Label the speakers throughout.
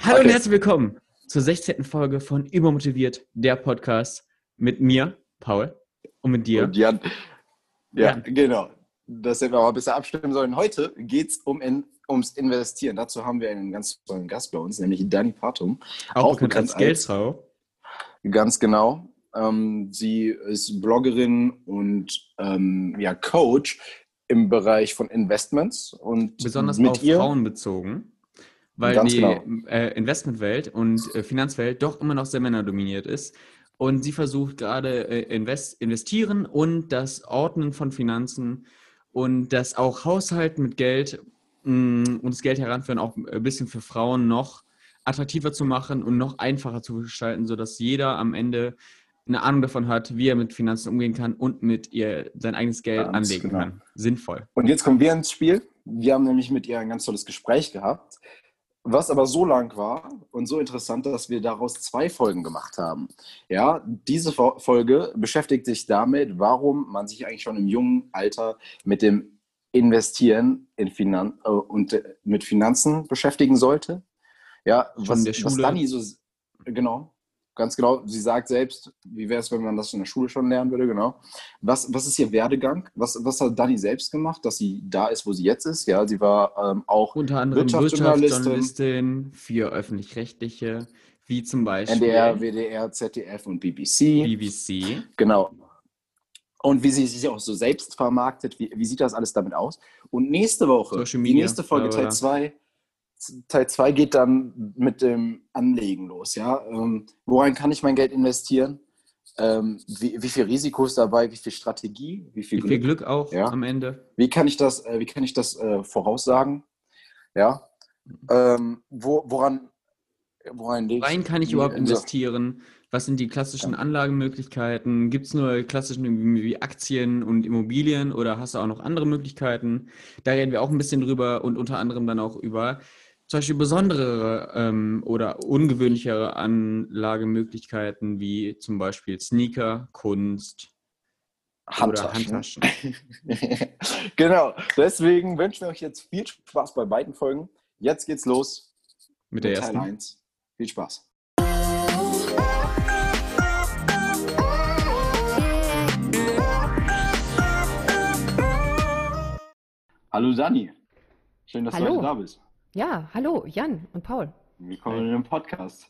Speaker 1: Hallo und herzlich willkommen zur 16. Folge von Übermotiviert, der Podcast mit mir, Paul, und mit dir.
Speaker 2: Und Jan. Ja,
Speaker 1: Jan.
Speaker 2: genau. Das hätten wir aber besser abstimmen sollen. Heute geht es ums Investieren. Dazu haben wir einen ganz tollen Gast bei uns, nämlich Dani Patum.
Speaker 1: Auch bekannt als Geldfrau.
Speaker 2: Ganz genau. Sie ist Bloggerin und Coach im Bereich von Investments. Und
Speaker 1: besonders
Speaker 2: mit
Speaker 1: auf
Speaker 2: ihr,
Speaker 1: Frauen bezogen, weil
Speaker 2: ganz
Speaker 1: die
Speaker 2: genau.
Speaker 1: Investmentwelt und Finanzwelt doch immer noch sehr männerdominiert ist. Und sie versucht gerade investieren und das Ordnen von Finanzen und das auch Haushalten mit Geld und das Geld heranführen auch ein bisschen für Frauen noch attraktiver zu machen und noch einfacher zu gestalten, sodass jeder am Ende eine Ahnung davon hat, wie er mit Finanzen umgehen kann und mit ihr sein eigenes Geld
Speaker 2: Ganz
Speaker 1: anlegen
Speaker 2: genau.
Speaker 1: kann. Sinnvoll.
Speaker 2: Und jetzt kommen wir ins Spiel. Wir haben nämlich mit ihr ein ganz tolles Gespräch gehabt, was aber so lang war und so interessant, dass wir daraus 2 Folgen gemacht haben. Ja, diese Folge beschäftigt sich damit, warum man sich eigentlich schon im jungen Alter mit dem Investieren in mit Finanzen beschäftigen sollte. Ja,
Speaker 1: Schon in der
Speaker 2: was
Speaker 1: Schule.
Speaker 2: Dani so, genau, ganz genau, sie sagt selbst, wie wäre es, wenn man das in der Schule schon lernen würde, genau. Was ist ihr Werdegang? Was hat Dani selbst gemacht, dass sie da ist, wo sie jetzt ist? Ja, sie war auch
Speaker 1: Unter anderem Wirtschaftsjournalistin für Öffentlich-Rechtliche, wie zum Beispiel
Speaker 2: NDR, WDR, ZDF und BBC.
Speaker 1: BBC.
Speaker 2: Genau. Und wie sie sich auch so selbst vermarktet, wie sieht das alles damit aus? Und nächste Woche,
Speaker 1: Social
Speaker 2: die
Speaker 1: Media,
Speaker 2: nächste Folge,
Speaker 1: bla, bla.
Speaker 2: Teil 2 geht dann mit dem Anlegen los. Ja? Worein kann ich mein Geld investieren? Wie viel Risiko ist dabei? Wie viel Strategie? Wie viel
Speaker 1: Glück auch
Speaker 2: ja?
Speaker 1: am Ende.
Speaker 2: Wie kann ich das voraussagen? Ja? Woran lege ich?
Speaker 1: Worein kann ich überhaupt investieren? Was sind die klassischen Anlagemöglichkeiten? Gibt es nur klassischen wie Aktien und Immobilien oder hast du auch noch andere Möglichkeiten? Da reden wir auch ein bisschen drüber und unter anderem dann auch über zum Beispiel besondere oder ungewöhnlichere Anlagemöglichkeiten wie zum Beispiel Sneaker, Kunst oder Handtaschen.
Speaker 2: Genau, deswegen wünschen wir euch jetzt viel Spaß bei beiden Folgen. Jetzt geht's los
Speaker 1: mit der
Speaker 2: Teil
Speaker 1: ersten.
Speaker 2: 1. Viel Spaß. Hallo Dani, schön, dass du heute da bist.
Speaker 3: Ja, hallo Jan und Paul.
Speaker 2: Willkommen in dem Podcast.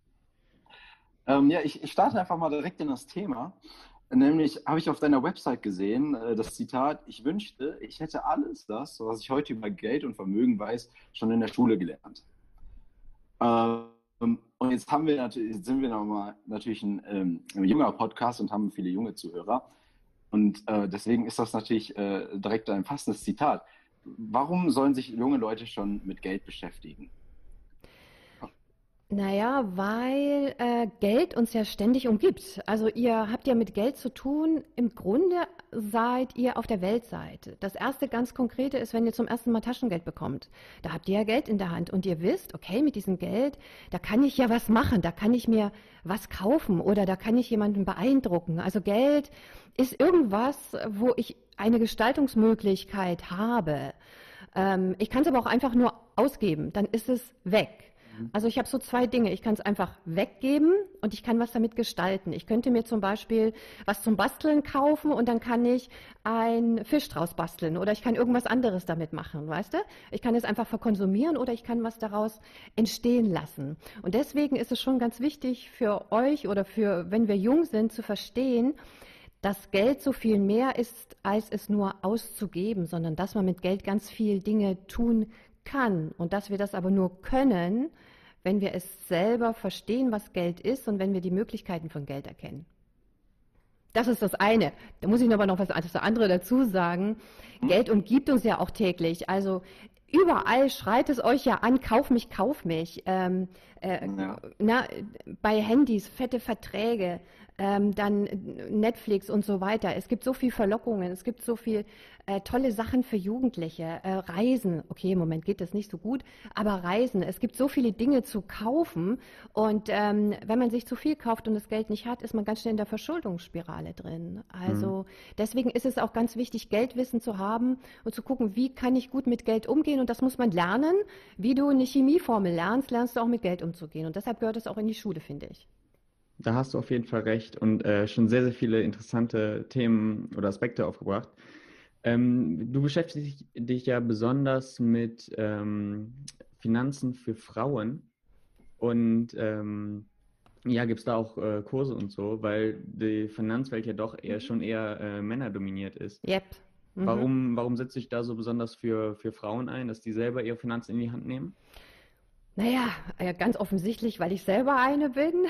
Speaker 2: Ich starte einfach mal direkt in das Thema. Nämlich habe ich auf deiner Website gesehen, das Zitat: Ich wünschte, ich hätte alles das, was ich heute über Geld und Vermögen weiß, schon in der Schule gelernt. Und jetzt sind wir natürlich ein junger Podcast und haben viele junge Zuhörer. Und deswegen ist das natürlich direkt ein passendes Zitat. Warum sollen sich junge Leute schon mit Geld beschäftigen?
Speaker 3: Naja, weil Geld uns ja ständig umgibt. Also ihr habt ja mit Geld zu tun. Im Grunde seid ihr auf der Weltseite. Das erste ganz Konkrete ist, wenn ihr zum ersten Mal Taschengeld bekommt. Da habt ihr ja Geld in der Hand und ihr wisst, okay, mit diesem Geld, da kann ich ja was machen, da kann ich mir was kaufen oder da kann ich jemanden beeindrucken. Also Geld ist irgendwas, wo ich eine Gestaltungsmöglichkeit habe. Ich kann es aber auch einfach nur ausgeben, dann ist es weg. Also ich habe so 2 Dinge. Ich kann es einfach weggeben und ich kann was damit gestalten. Ich könnte mir zum Beispiel was zum Basteln kaufen und dann kann ich einen Fisch draus basteln oder ich kann irgendwas anderes damit machen, weißt du? Ich kann es einfach verkonsumieren oder ich kann was daraus entstehen lassen. Und deswegen ist es schon ganz wichtig für euch oder für, wenn wir jung sind, zu verstehen, dass Geld so viel mehr ist, als es nur auszugeben, sondern dass man mit Geld ganz viel Dinge tun kann und dass wir das aber nur können, wenn wir es selber verstehen, was Geld ist und wenn wir die Möglichkeiten von Geld erkennen. Das ist das eine. Da muss ich aber noch was anderes dazu sagen. Geld umgibt uns ja auch täglich. Also überall schreit es euch ja an, kauf mich, kauf mich. Bei Handys, fette Verträge. dann Netflix und so weiter. Es gibt so viel Verlockungen, es gibt so viel tolle Sachen für Jugendliche. Reisen, okay, im Moment geht das nicht so gut, aber Reisen. Es gibt so viele Dinge zu kaufen und wenn man sich zu viel kauft und das Geld nicht hat, ist man ganz schnell in der Verschuldungsspirale drin. Also deswegen ist es auch ganz wichtig, Geldwissen zu haben und zu gucken, wie kann ich gut mit Geld umgehen, und das muss man lernen. Wie du eine Chemieformel lernst, lernst du auch mit Geld umzugehen, und deshalb gehört es auch in die Schule, finde ich.
Speaker 1: Da hast du auf jeden Fall recht und schon sehr, sehr viele interessante Themen oder Aspekte aufgebracht. Du beschäftigst dich ja besonders mit Finanzen für Frauen und ja, gibt es da auch Kurse und so, weil die Finanzwelt ja doch schon eher männerdominiert ist.
Speaker 3: Yep. Mhm.
Speaker 1: Warum setzt sich da so besonders für Frauen ein, dass die selber ihre Finanzen in die Hand nehmen?
Speaker 3: Naja, ganz offensichtlich, weil ich selber eine bin.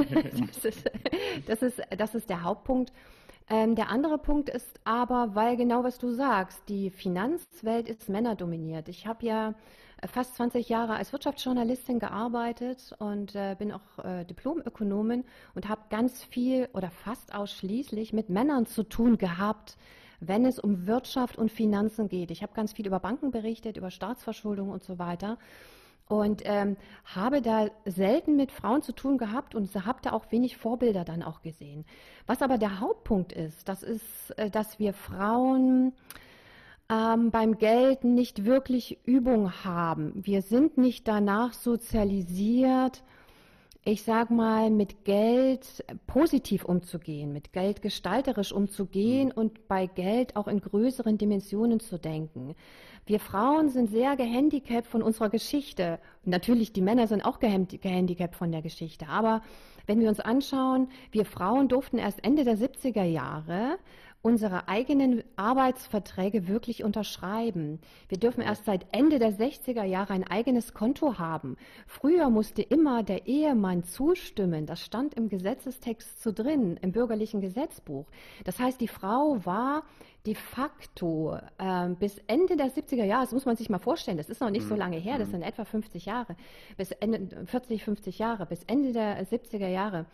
Speaker 3: Das ist der Hauptpunkt. Der andere Punkt ist aber, weil genau was du sagst, die Finanzwelt ist männerdominiert. Ich habe ja fast 20 Jahre als Wirtschaftsjournalistin gearbeitet und bin auch Diplomökonomin und habe ganz viel oder fast ausschließlich mit Männern zu tun gehabt, wenn es um Wirtschaft und Finanzen geht. Ich habe ganz viel über Banken berichtet, über Staatsverschuldung und so weiter. Und habe da selten mit Frauen zu tun gehabt und habe da auch wenig Vorbilder dann auch gesehen. Was aber der Hauptpunkt ist, das ist, dass wir Frauen beim Geld nicht wirklich Übung haben. Wir sind nicht danach sozialisiert, ich sag mal, mit Geld positiv umzugehen, mit Geld gestalterisch umzugehen und bei Geld auch in größeren Dimensionen zu denken. Wir Frauen sind sehr gehandicapt von unserer Geschichte. Natürlich, die Männer sind auch gehandicapt von der Geschichte. Aber wenn wir uns anschauen, wir Frauen durften erst Ende der 70er Jahre unsere eigenen Arbeitsverträge wirklich unterschreiben. Wir dürfen erst seit Ende der 60er Jahre ein eigenes Konto haben. Früher musste immer der Ehemann zustimmen. Das stand im Gesetzestext so drin, im bürgerlichen Gesetzbuch. Das heißt, die Frau war de facto bis Ende der 70er Jahre, das muss man sich mal vorstellen, das ist noch nicht so lange her, das sind etwa 50 Jahre, bis Ende, 40, 50 Jahre, bis Ende der 70er Jahre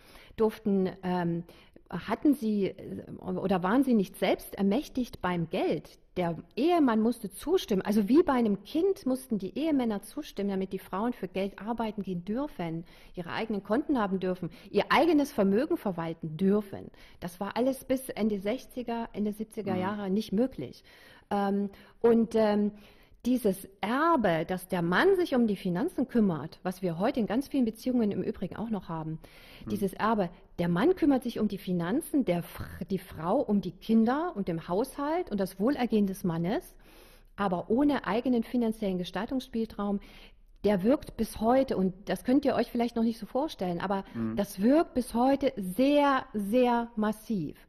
Speaker 3: hatten sie oder waren sie nicht selbst ermächtigt beim Geld. Der Ehemann musste zustimmen, also wie bei einem Kind mussten die Ehemänner zustimmen, damit die Frauen für Geld arbeiten gehen dürfen, ihre eigenen Konten haben dürfen, ihr eigenes Vermögen verwalten dürfen. Das war alles bis Ende 60er, Ende 70er Jahre nicht möglich. Dieses Erbe, dass der Mann sich um die Finanzen kümmert, was wir heute in ganz vielen Beziehungen im Übrigen auch noch haben, dieses Erbe, der Mann kümmert sich um die Finanzen, die Frau um die Kinder und den Haushalt und das Wohlergehen des Mannes, aber ohne eigenen finanziellen Gestaltungsspielraum, der wirkt bis heute, und das könnt ihr euch vielleicht noch nicht so vorstellen, aber das wirkt bis heute sehr, sehr massiv.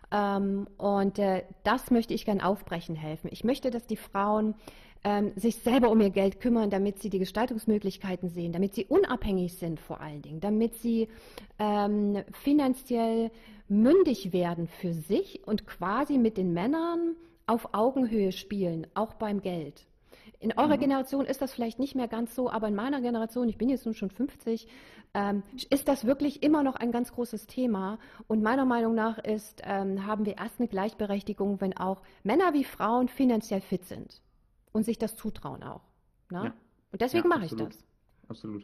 Speaker 3: Das möchte ich gern aufbrechen helfen. Ich möchte, dass die Frauen sich selber um ihr Geld kümmern, damit sie die Gestaltungsmöglichkeiten sehen, damit sie unabhängig sind vor allen Dingen, damit sie finanziell mündig werden für sich und quasi mit den Männern auf Augenhöhe spielen, auch beim Geld. In eurer Generation ist das vielleicht nicht mehr ganz so, aber in meiner Generation, ich bin jetzt nun schon 50, ist das wirklich immer noch ein ganz großes Thema. Und meiner Meinung nach haben wir erst eine Gleichberechtigung, wenn auch Männer wie Frauen finanziell fit sind und sich das zutrauen auch. Ne?
Speaker 1: Ja.
Speaker 3: Und deswegen
Speaker 1: Ja,
Speaker 3: mache ich
Speaker 1: absolut.
Speaker 3: das.
Speaker 1: Absolut.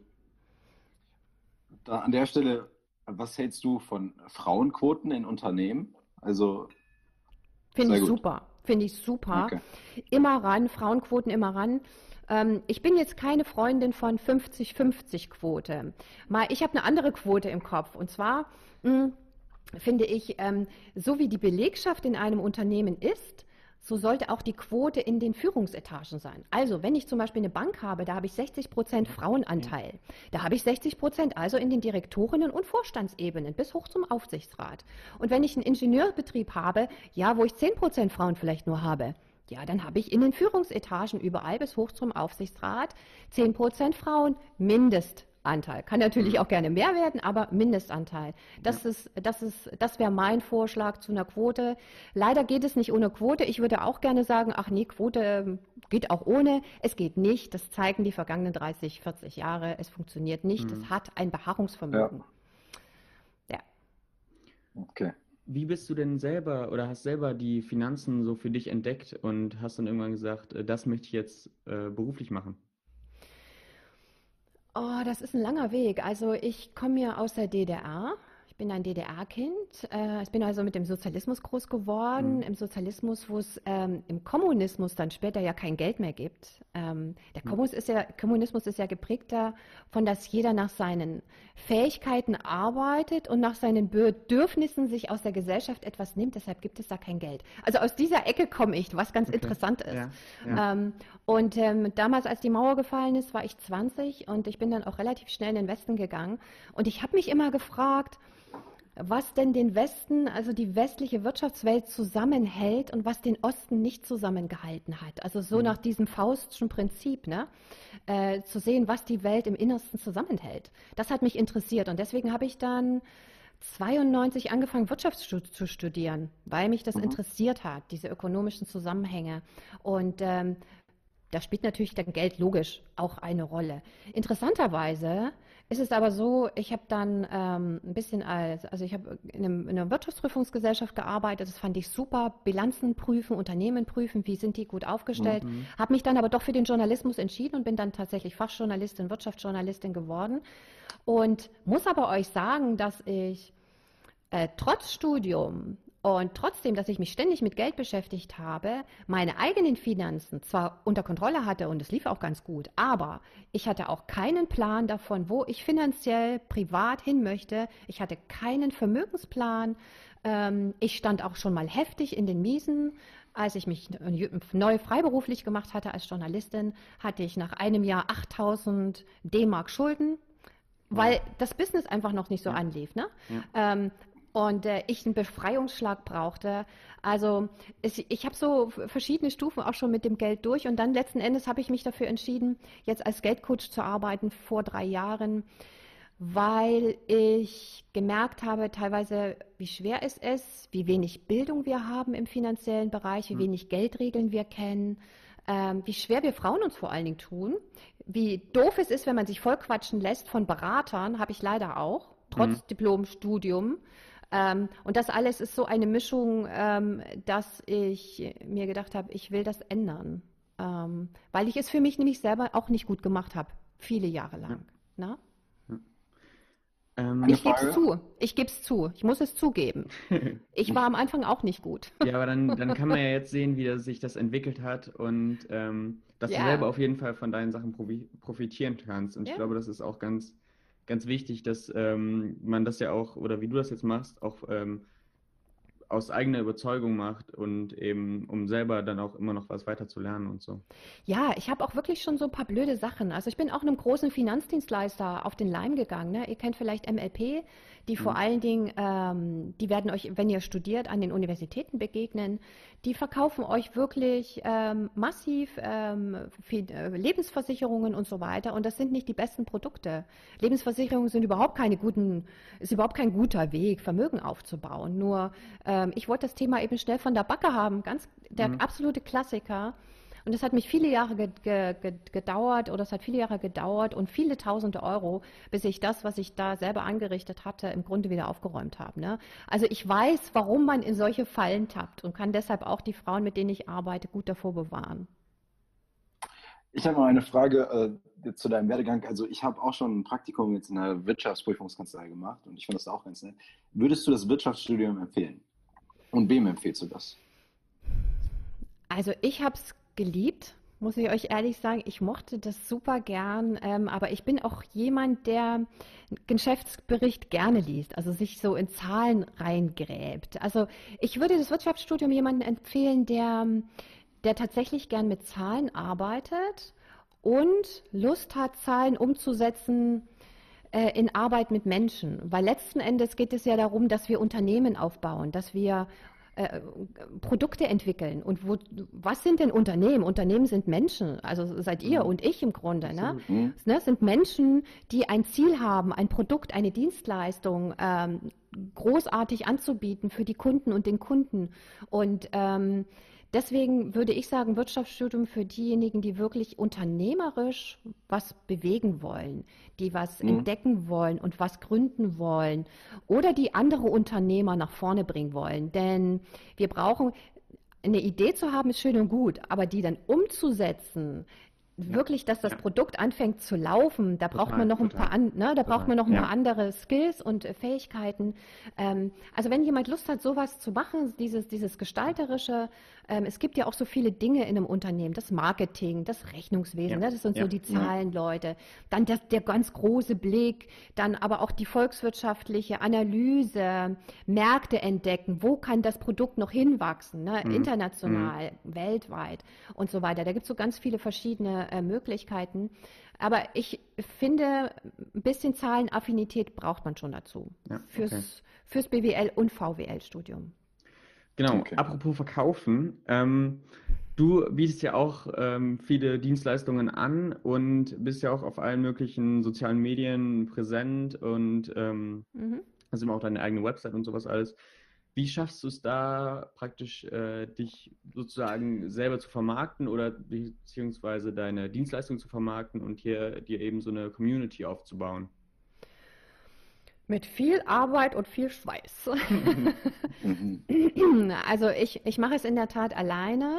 Speaker 2: Da an der Stelle, was hältst du von Frauenquoten in Unternehmen? Also,
Speaker 3: Finde
Speaker 2: sehr
Speaker 3: ich
Speaker 2: gut.
Speaker 3: super. Finde ich super.
Speaker 2: Okay.
Speaker 3: Immer ran, Frauenquoten immer ran. Ich bin jetzt keine Freundin von 50-50-Quote. Ich habe eine andere Quote im Kopf. Und zwar finde ich, so wie die Belegschaft in einem Unternehmen ist, so sollte auch die Quote in den Führungsetagen sein. Also, wenn ich zum Beispiel eine Bank habe, da habe ich 60% Frauenanteil. Da habe ich 60% also in den Direktorinnen- und Vorstandsebenen bis hoch zum Aufsichtsrat. Und wenn ich einen Ingenieurbetrieb habe, ja, wo ich 10% Frauen vielleicht nur habe, ja, dann habe ich in den Führungsetagen überall bis hoch zum Aufsichtsrat 10% Frauen, Mindestanteil. Kann natürlich auch gerne mehr werden, aber Mindestanteil. Das wäre mein Vorschlag zu einer Quote. Leider geht es nicht ohne Quote. Ich würde auch gerne sagen, ach nee, Quote geht auch ohne. Es geht nicht. Das zeigen die vergangenen 30, 40 Jahre. Es funktioniert nicht. Es hat ein Beharrungsvermögen. Ja.
Speaker 2: Okay.
Speaker 1: Wie bist du denn selber oder hast selber die Finanzen so für dich entdeckt und hast dann irgendwann gesagt, das möchte ich jetzt beruflich machen?
Speaker 3: Oh, das ist ein langer Weg. Also ich komme ja aus der DDR. Ich bin ein DDR-Kind. Ich bin also mit dem Sozialismus groß geworden.
Speaker 1: Mhm.
Speaker 3: Im Sozialismus, wo es im Kommunismus dann später ja kein Geld mehr gibt. Der
Speaker 1: Ja.
Speaker 3: Kommunismus ist ja geprägt davon, dass jeder nach seinen Fähigkeiten arbeitet und nach seinen Bedürfnissen sich aus der Gesellschaft etwas nimmt. Deshalb gibt es da kein Geld. Also aus dieser Ecke komme ich, was ganz
Speaker 1: Okay.
Speaker 3: interessant ist.
Speaker 1: Ja, ja.
Speaker 3: Und damals, als die Mauer gefallen ist, war ich 20 und ich bin dann auch relativ schnell in den Westen gegangen. Und ich habe mich immer gefragt, was denn den Westen, also die westliche Wirtschaftswelt zusammenhält und was den Osten nicht zusammengehalten hat. Also so nach diesem Faustschen Prinzip, ne? Zu sehen, was die Welt im Innersten zusammenhält. Das hat mich interessiert und deswegen habe ich dann 92 angefangen, Wirtschaft zu studieren, weil mich das
Speaker 2: Mhm.
Speaker 3: interessiert hat, diese ökonomischen Zusammenhänge. Und da spielt natürlich dann Geld logisch auch eine Rolle. Interessanterweise ist es aber so, ich habe dann ein bisschen also ich habe in einer Wirtschaftsprüfungsgesellschaft gearbeitet, das fand ich super, Bilanzen prüfen, Unternehmen prüfen, wie sind die gut aufgestellt,
Speaker 1: Mhm.
Speaker 3: habe mich dann aber doch für den Journalismus entschieden und bin dann tatsächlich Fachjournalistin, Wirtschaftsjournalistin geworden und muss aber euch sagen, dass ich trotz Studium und trotzdem, dass ich mich ständig mit Geld beschäftigt habe, meine eigenen Finanzen zwar unter Kontrolle hatte und es lief auch ganz gut, aber ich hatte auch keinen Plan davon, wo ich finanziell privat hin möchte. Ich hatte keinen Vermögensplan. Ich stand auch schon mal heftig in den Miesen. Als ich mich neu freiberuflich gemacht hatte als Journalistin, hatte ich nach einem Jahr 8.000 D-Mark Schulden, weil
Speaker 1: Wow.
Speaker 3: das Business einfach noch nicht so
Speaker 1: Ja,
Speaker 3: anlief, ne?
Speaker 1: ja.
Speaker 3: Und ich einen Befreiungsschlag brauchte. Also ich habe so verschiedene Stufen auch schon mit dem Geld durch und dann letzten Endes habe ich mich dafür entschieden, jetzt als Geldcoach zu arbeiten vor 3 Jahren, weil ich gemerkt habe teilweise, wie schwer es ist, wie wenig Bildung wir haben im finanziellen Bereich, wie
Speaker 1: Hm.
Speaker 3: wenig Geldregeln wir kennen, wie schwer wir Frauen uns vor allen Dingen tun, wie doof es ist, wenn man sich vollquatschen lässt von Beratern, habe ich leider auch,
Speaker 1: Mhm.
Speaker 3: trotz Diplomstudium. Und das alles ist so eine Mischung, dass ich mir gedacht habe, ich will das ändern, weil ich es für mich nämlich selber auch nicht gut gemacht habe, viele Jahre
Speaker 1: Ja.
Speaker 3: lang. Ne?
Speaker 1: Ja.
Speaker 2: Eine
Speaker 3: Ich gebe es
Speaker 2: Frage.
Speaker 3: zu, ich muss es zugeben. Ich war am Anfang auch nicht gut.
Speaker 1: Ja, aber dann kann man ja jetzt sehen, sich das entwickelt hat und dass du selber
Speaker 3: Ja,
Speaker 1: auf jeden Fall von deinen Sachen profitieren kannst. Und ich
Speaker 3: ja.
Speaker 1: glaube, das ist auch ganz, ganz wichtig, dass man das ja auch, oder wie du das jetzt machst, auch aus eigener Überzeugung macht und eben, um selber dann auch immer noch was weiter zu lernen und so.
Speaker 3: Ja, ich habe auch wirklich schon so ein paar blöde Sachen. Also ich bin auch einem großen Finanzdienstleister auf den Leim gegangen. Ne? Ihr kennt vielleicht MLP, die vor
Speaker 1: Mhm.
Speaker 3: allen Dingen, die werden euch, wenn ihr studiert, an den Universitäten begegnen. Die verkaufen euch wirklich massiv Lebensversicherungen und so weiter. Und das sind nicht die besten Produkte. Lebensversicherungen sind ist überhaupt kein guter Weg, Vermögen aufzubauen. Nur ich wollte das Thema eben schnell von der Backe haben, der
Speaker 1: Mhm.
Speaker 3: absolute Klassiker. Und das hat mich viele Jahre gedauert oder es hat viele Jahre gedauert und viele tausende Euro, bis ich das, was ich da selber angerichtet hatte, im Grunde wieder aufgeräumt habe. Ne? Also ich weiß, warum man in solche Fallen tappt und kann deshalb auch die Frauen, mit denen ich arbeite, gut davor bewahren.
Speaker 2: Ich habe mal eine Frage zu deinem Werdegang. Also ich habe auch schon ein Praktikum jetzt in einer Wirtschaftsprüfungskanzlei gemacht und ich finde das auch ganz nett. Würdest du das Wirtschaftsstudium empfehlen? Und wem empfiehlst du das?
Speaker 3: Also ich habe es geliebt, muss ich euch ehrlich sagen. Ich mochte das super gern, aber ich bin auch jemand, der einen Geschäftsbericht gerne liest, also sich so in Zahlen reingräbt. Also ich würde das Wirtschaftsstudium jemandem empfehlen, der tatsächlich gern mit Zahlen arbeitet und Lust hat, Zahlen umzusetzen in Arbeit mit Menschen. Weil letzten Endes geht es ja darum, dass wir Unternehmen aufbauen, dass wir äh, Produkte entwickeln. Und was sind denn Unternehmen? Unternehmen sind Menschen, also seid ihr
Speaker 1: Mhm.
Speaker 3: und ich im Grunde. Ne?
Speaker 1: Absolut.
Speaker 2: Hm?
Speaker 3: Ne, sind Menschen, die ein Ziel haben, ein Produkt, eine Dienstleistung großartig anzubieten für die Kunden und den Kunden. Und Deswegen würde ich sagen, Wirtschaftsstudium für diejenigen, die wirklich unternehmerisch was bewegen wollen, die was entdecken wollen und was gründen wollen oder die andere Unternehmer nach vorne bringen wollen. Denn wir brauchen, eine Idee zu haben, ist schön und gut, aber die dann umzusetzen, wirklich, dass das Produkt anfängt zu laufen, da braucht man noch ein paar, braucht man noch ein paar andere Skills und Fähigkeiten. Also wenn jemand Lust hat, sowas zu machen, dieses Gestalterische, es gibt ja auch so viele Dinge in einem Unternehmen, das Marketing, das Rechnungswesen, ne? Das sind so die Zahlenleute, dann der ganz große Blick, dann aber auch die volkswirtschaftliche Analyse, Märkte entdecken, wo kann das Produkt noch hinwachsen, ne? International, weltweit und so weiter. Da gibt es so ganz viele verschiedene Möglichkeiten. Aber ich finde, ein bisschen Zahlenaffinität braucht man schon dazu.
Speaker 1: Ja,
Speaker 3: Fürs BWL- und VWL-Studium.
Speaker 1: Genau, apropos Verkaufen. Du bietest ja auch viele Dienstleistungen an und bist ja auch auf allen möglichen sozialen Medien präsent und hast immer auch deine eigene Website und sowas alles. Wie schaffst du es da praktisch, dich sozusagen selber zu vermarkten oder beziehungsweise deine Dienstleistung zu vermarkten und hier dir eben so eine Community aufzubauen?
Speaker 3: Mit viel Arbeit und viel Schweiß. Also ich mache es in der Tat alleine.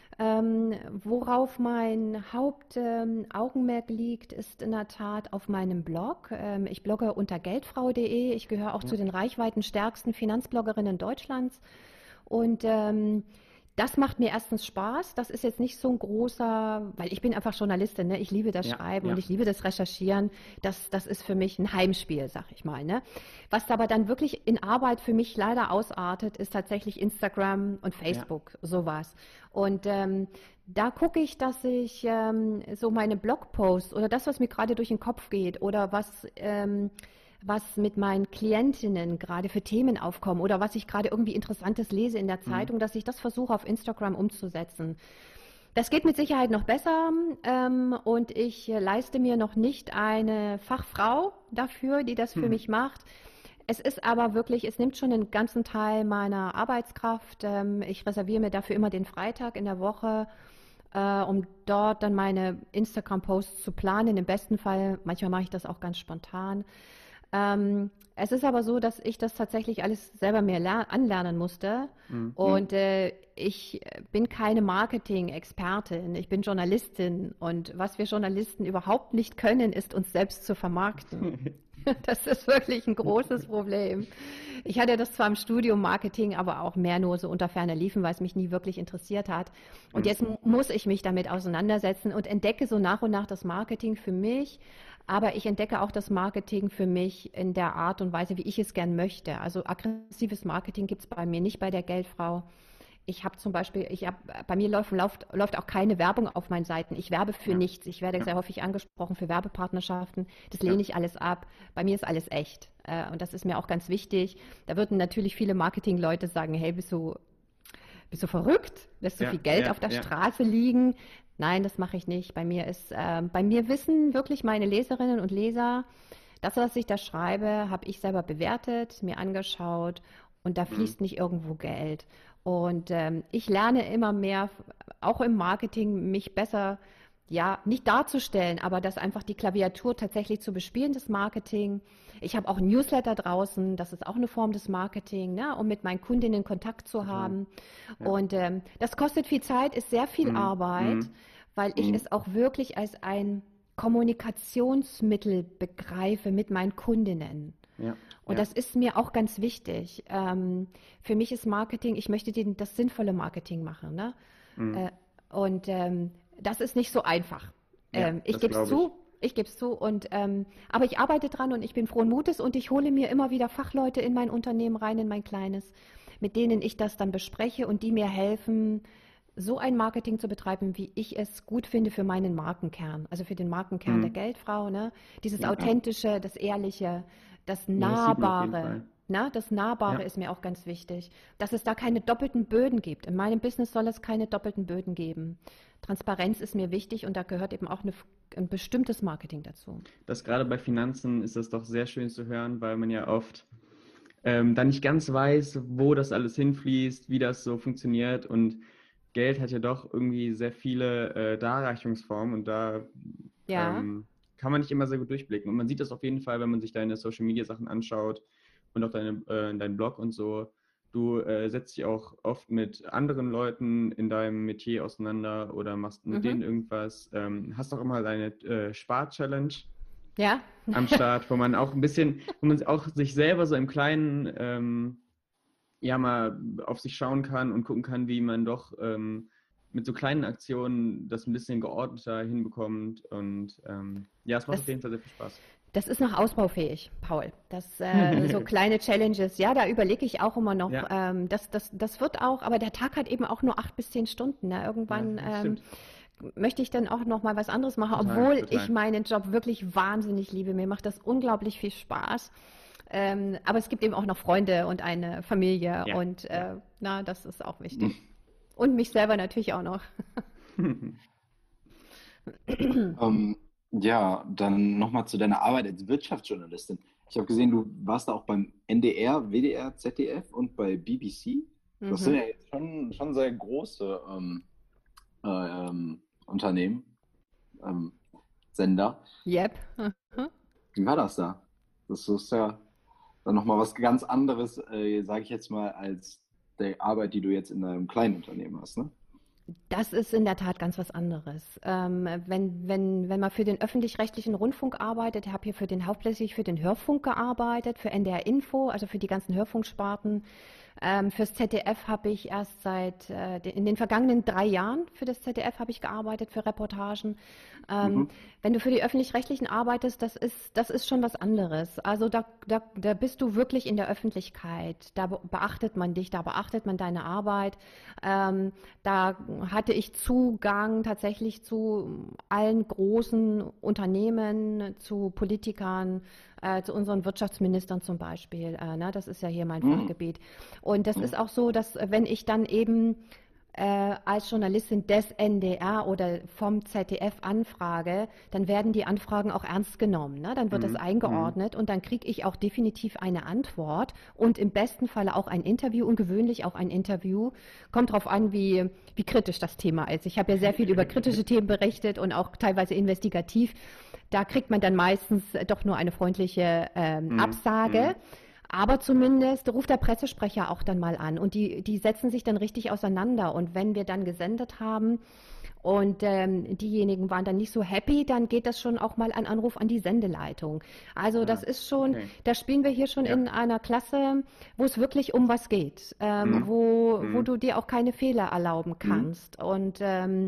Speaker 3: Worauf mein Hauptaugenmerk liegt, ist in der Tat auf meinem Blog. Ich blogge unter geldfrau.de. Ich gehöre auch zu den reichweitenstärksten Finanzbloggerinnen Deutschlands. Und das macht mir erstens Spaß. Das ist jetzt nicht so ein großer, weil ich bin einfach Journalistin, ne? Ich liebe das Schreiben und ich liebe das Recherchieren. Das ist für mich ein Heimspiel, sag ich mal, ne? Was aber dann wirklich in Arbeit für mich leider ausartet, ist tatsächlich Instagram und Facebook, sowas. Und da gucke ich, dass ich so meine Blogposts oder das, was mir gerade durch den Kopf geht oder was mit meinen Klientinnen gerade für Themen aufkommen oder was ich gerade irgendwie Interessantes lese in der Zeitung, dass ich das versuche auf Instagram umzusetzen. Das geht mit Sicherheit noch besser und ich leiste mir noch nicht eine Fachfrau dafür, die das für mich macht. Es ist aber wirklich, es nimmt schon einen ganzen Teil meiner Arbeitskraft. Ich reserviere mir dafür immer den Freitag in der Woche, um dort dann meine Instagram-Posts zu planen. Im besten Fall, manchmal mache ich das auch ganz spontan. Es ist aber so, dass ich das tatsächlich alles selber mir anlernen musste. Und ich bin keine Marketing-Expertin, ich bin Journalistin. Und was wir Journalisten überhaupt nicht können, ist uns selbst zu vermarkten. Das ist wirklich ein großes Problem. Ich hatte das zwar im Studium Marketing, aber auch mehr nur so unter ferner Liefen, weil es mich nie wirklich interessiert hat. Und jetzt muss ich mich damit auseinandersetzen und entdecke so nach und nach das Marketing für mich. Aber ich entdecke auch das Marketing für mich in der Art und Weise, wie ich es gern möchte. Also aggressives Marketing gibt es bei mir nicht bei der Geldfrau. Ich habe zum Beispiel, bei mir läuft auch keine Werbung auf meinen Seiten. Ich werbe für nichts. Ich werde sehr häufig angesprochen für Werbepartnerschaften. Das lehne ich alles ab. Bei mir ist alles echt. Und das ist mir auch ganz wichtig. Da würden natürlich viele Marketingleute sagen, hey, bist du verrückt? Lässt so viel Geld auf der Straße liegen? Nein, das mache ich nicht. Bei mir wissen wirklich meine Leserinnen und Leser, das, was ich da schreibe, habe ich selber bewertet, mir angeschaut und da fließt nicht irgendwo Geld. Und ich lerne immer mehr, auch im Marketing, mich besser, nicht darzustellen, aber das einfach die Klaviatur tatsächlich zu bespielen, das Marketing. Ich habe auch ein Newsletter draußen, das ist auch eine Form des Marketing, ne, um mit meinen Kundinnen Kontakt zu haben. Und das kostet viel Zeit, ist sehr viel Arbeit, weil ich es auch wirklich als ein Kommunikationsmittel begreife mit meinen Kundinnen. Und das ist mir auch ganz wichtig. Für mich ist Marketing, ich möchte das sinnvolle Marketing machen. Ne? Und das ist nicht so einfach. Ich gebe es zu. Ich gebe es zu. Aber ich arbeite dran und ich bin frohen Mutes und ich hole mir immer wieder Fachleute in mein Unternehmen rein, in mein kleines, mit denen ich das dann bespreche und die mir helfen, so ein Marketing zu betreiben, wie ich es gut finde für meinen Markenkern, also für den Markenkern der Geldfrau, ne? Dieses Authentische, das Ehrliche, das Nahbare. Das Nahbare ist mir auch ganz wichtig, dass es da keine doppelten Böden gibt. In meinem Business soll es keine doppelten Böden geben. Transparenz ist mir wichtig und da gehört eben auch ein bestimmtes Marketing dazu.
Speaker 1: Das gerade bei Finanzen ist das doch sehr schön zu hören, weil man ja oft dann nicht ganz weiß, wo das alles hinfließt, wie das so funktioniert und Geld hat ja doch irgendwie sehr viele Darreichungsformen und da
Speaker 3: Ja.
Speaker 1: kann man nicht immer sehr gut durchblicken. Und man sieht das auf jeden Fall, wenn man sich deine Social-Media-Sachen anschaut und auch deinen Blog und so. Du setzt dich auch oft mit anderen Leuten in deinem Metier auseinander oder machst mit denen irgendwas. Hast auch immer deine Spar-Challenge
Speaker 3: Ja.
Speaker 1: am Start, wo man auch ein bisschen, wo man auch sich selber so im Kleinen ja mal auf sich schauen kann und gucken kann, wie man doch mit so kleinen Aktionen das ein bisschen geordneter hinbekommt. Und ja, es macht auf
Speaker 3: Das,
Speaker 1: jeden Fall sehr viel Spaß.
Speaker 3: das ist noch ausbaufähig, Paul. So kleine Challenges, ja, da überlege ich auch immer noch.
Speaker 1: Ja.
Speaker 3: Das wird auch, aber der Tag hat eben auch nur 8 bis 10 Stunden. Ne?
Speaker 1: Ja,
Speaker 3: Irgendwann
Speaker 1: das stimmt.
Speaker 3: möchte ich dann auch noch mal was anderes machen,
Speaker 1: Total,
Speaker 3: obwohl
Speaker 1: total.
Speaker 3: ich meinen Job wirklich wahnsinnig liebe. Mir macht das unglaublich viel Spaß. Aber es gibt eben auch noch Freunde und eine Familie
Speaker 1: Ja,
Speaker 3: und
Speaker 1: ja.
Speaker 3: das ist auch wichtig. Und mich selber natürlich auch noch.
Speaker 2: Ja, dann nochmal zu deiner Arbeit als Wirtschaftsjournalistin. Ich habe gesehen, du warst da auch beim NDR, WDR, ZDF und bei BBC. Das sind ja jetzt schon sehr große Unternehmen, Sender.
Speaker 3: Yep.
Speaker 2: Wie war das da? Das ist ja dann nochmal was ganz anderes, sage ich jetzt mal, als der Arbeit, die du jetzt in einem kleinen Unternehmen hast, ne?
Speaker 3: Das ist in der Tat ganz was anderes. Wenn man für den öffentlich-rechtlichen Rundfunk arbeitet, ich habe hier hauptsächlich für den Hörfunk gearbeitet, für NDR Info, also für die ganzen Hörfunksparten. Fürs ZDF habe ich erst in den vergangenen 3 Jahren für das ZDF habe ich gearbeitet, für Reportagen. Wenn du für die Öffentlich-Rechtlichen arbeitest, das ist schon was anderes. Also da bist du wirklich in der Öffentlichkeit. Da beachtet man dich, da beachtet man deine Arbeit. Da hatte ich Zugang tatsächlich zu allen großen Unternehmen, zu Politikern, zu unseren Wirtschaftsministern zum Beispiel. Das ist ja hier mein Fachgebiet. Und das ist auch so, dass wenn ich dann eben als Journalistin des NDR oder vom ZDF anfrage, dann werden die Anfragen auch ernst genommen. Ne? Dann wird das eingeordnet und dann kriege ich auch definitiv eine Antwort und im besten Falle auch ein Interview und gewöhnlich auch ein Interview. Kommt drauf an, wie kritisch das Thema ist. Ich habe ja sehr viel über kritische Themen berichtet und auch teilweise investigativ. Da kriegt man dann meistens doch nur eine freundliche Absage. Aber zumindest ruft der Pressesprecher auch dann mal an und die setzen sich dann richtig auseinander. Und wenn wir dann gesendet haben und diejenigen waren dann nicht so happy, dann geht das schon auch mal ein Anruf an die Sendeleitung. Also das ist schon, da spielen wir hier schon in einer Klasse, wo es wirklich um was geht, wo du dir auch keine Fehler erlauben kannst. Und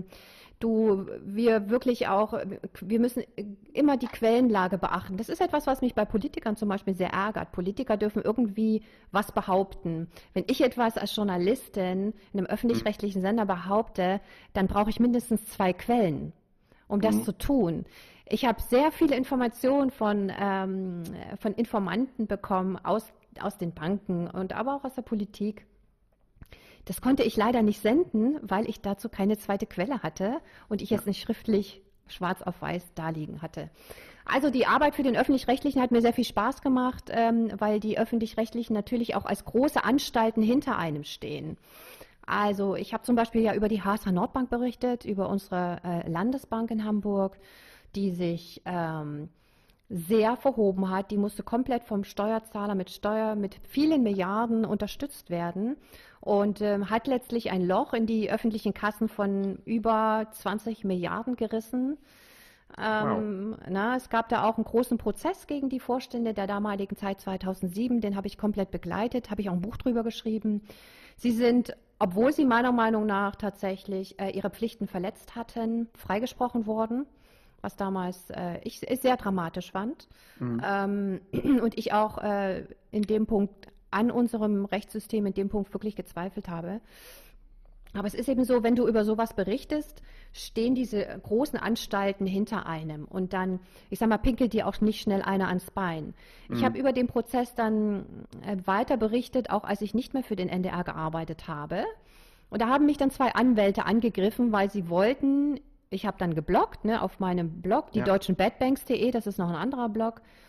Speaker 3: wir müssen immer die Quellenlage beachten. Das ist etwas, was mich bei Politikern zum Beispiel sehr ärgert. Politiker dürfen irgendwie was behaupten. Wenn ich etwas als Journalistin in einem öffentlich-rechtlichen Sender behaupte, dann brauche ich mindestens 2 Quellen, um das zu tun. Ich habe sehr viele Informationen von Informanten bekommen aus den Banken und aber auch aus der Politik. Das konnte ich leider nicht senden, weil ich dazu keine zweite Quelle hatte und ich es nicht schriftlich schwarz auf weiß darliegen hatte. Also die Arbeit für den Öffentlich-Rechtlichen hat mir sehr viel Spaß gemacht, weil die Öffentlich-Rechtlichen natürlich auch als große Anstalten hinter einem stehen. Also ich habe zum Beispiel ja über die HSH Nordbank berichtet, über unsere Landesbank in Hamburg, die sich sehr verhoben hat. Die musste komplett vom Steuerzahler mit vielen Milliarden unterstützt werden und hat letztlich ein Loch in die öffentlichen Kassen von über 20 Milliarden gerissen. Es gab da auch einen großen Prozess gegen die Vorstände der damaligen Zeit 2007. Den habe ich komplett begleitet, habe ich auch ein Buch drüber geschrieben. Sie sind, obwohl sie meiner Meinung nach tatsächlich ihre Pflichten verletzt hatten, freigesprochen worden, was damals ich sehr dramatisch fand. Und ich auch in dem Punkt an unserem Rechtssystem in dem Punkt wirklich gezweifelt habe. Aber es ist eben so, wenn du über sowas berichtest, stehen diese großen Anstalten hinter einem und dann, ich sag mal, pinkelt dir auch nicht schnell einer ans Bein. Ich habe über den Prozess dann weiter berichtet, auch als ich nicht mehr für den NDR gearbeitet habe. Und da haben mich dann 2 Anwälte angegriffen, weil sie wollten, ich habe dann gebloggt, auf meinem Blog, die deutschen badbanks.de, das ist noch ein anderer Blog.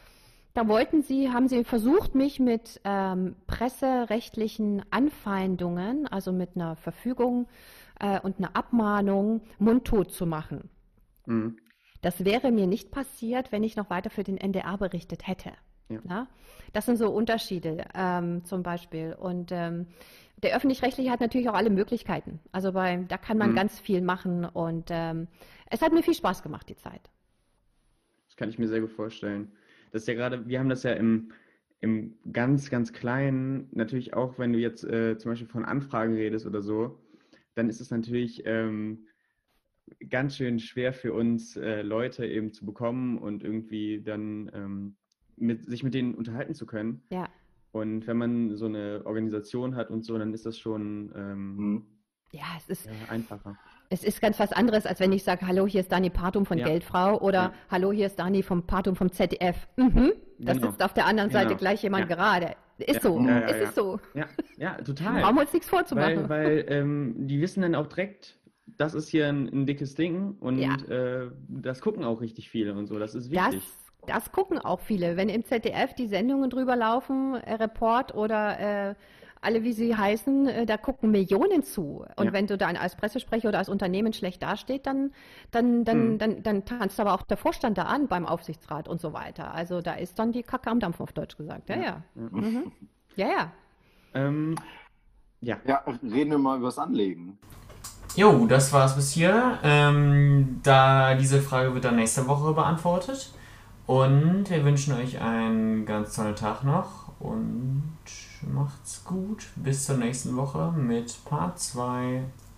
Speaker 3: Da haben sie versucht, mich mit presserechtlichen Anfeindungen, also mit einer Verfügung und einer Abmahnung, mundtot zu machen.
Speaker 1: Mhm.
Speaker 3: Das wäre mir nicht passiert, wenn ich noch weiter für den NDR berichtet hätte.
Speaker 1: Ja.
Speaker 3: Ja? Das sind so Unterschiede zum Beispiel. Und der Öffentlich-Rechtliche hat natürlich auch alle Möglichkeiten. Also da kann man ganz viel machen. Und es hat mir viel Spaß gemacht, die Zeit.
Speaker 1: Das kann ich mir sehr gut vorstellen. Das ist ja gerade, wir haben das ja im ganz, ganz Kleinen, natürlich auch, wenn du jetzt zum Beispiel von Anfragen redest oder so, dann ist es natürlich ganz schön schwer für uns, Leute eben zu bekommen und irgendwie dann sich mit denen unterhalten zu können.
Speaker 3: Ja.
Speaker 1: Und wenn man so eine Organisation hat und so, dann ist das schon
Speaker 3: Ja, es
Speaker 1: einfacher.
Speaker 3: ist ganz was anderes, als wenn ich sage, hallo, hier ist Dani Partum von
Speaker 1: Ja.
Speaker 3: Geldfrau oder
Speaker 1: Ja.
Speaker 3: hallo, hier ist Dani vom Partum vom ZDF. Das
Speaker 1: Genau.
Speaker 3: sitzt auf der anderen Seite
Speaker 1: Genau.
Speaker 3: gleich jemand
Speaker 1: Ja.
Speaker 3: gerade. Ist
Speaker 1: Ja.
Speaker 3: so,
Speaker 1: Ja,
Speaker 3: es
Speaker 1: ja.
Speaker 3: ist so.
Speaker 1: Ja, total.
Speaker 3: Brauchen wir uns nichts vorzumachen.
Speaker 1: Weil die wissen dann auch direkt, das ist hier ein dickes Ding und
Speaker 3: Ja.
Speaker 1: das gucken auch richtig viele und so. Das ist wichtig.
Speaker 3: Das gucken auch viele. Wenn im ZDF die Sendungen drüber laufen, Report oder alle, wie sie heißen, da gucken Millionen zu. Und
Speaker 1: Ja.
Speaker 3: wenn du dann als Pressesprecher oder als Unternehmen schlecht dasteht, dann tanzt aber auch der Vorstand da an beim Aufsichtsrat und so weiter. Also da ist dann die Kacke am Dampfen, auf Deutsch gesagt. Ja. Mhm. Ja.
Speaker 1: Ja.
Speaker 2: Ja, reden wir mal über das Anlegen.
Speaker 4: Jo, das war's bis hier. Da diese Frage wird dann nächste Woche beantwortet. Und wir wünschen euch einen ganz tollen Tag noch und macht's gut. Bis zur nächsten Woche mit Part 2.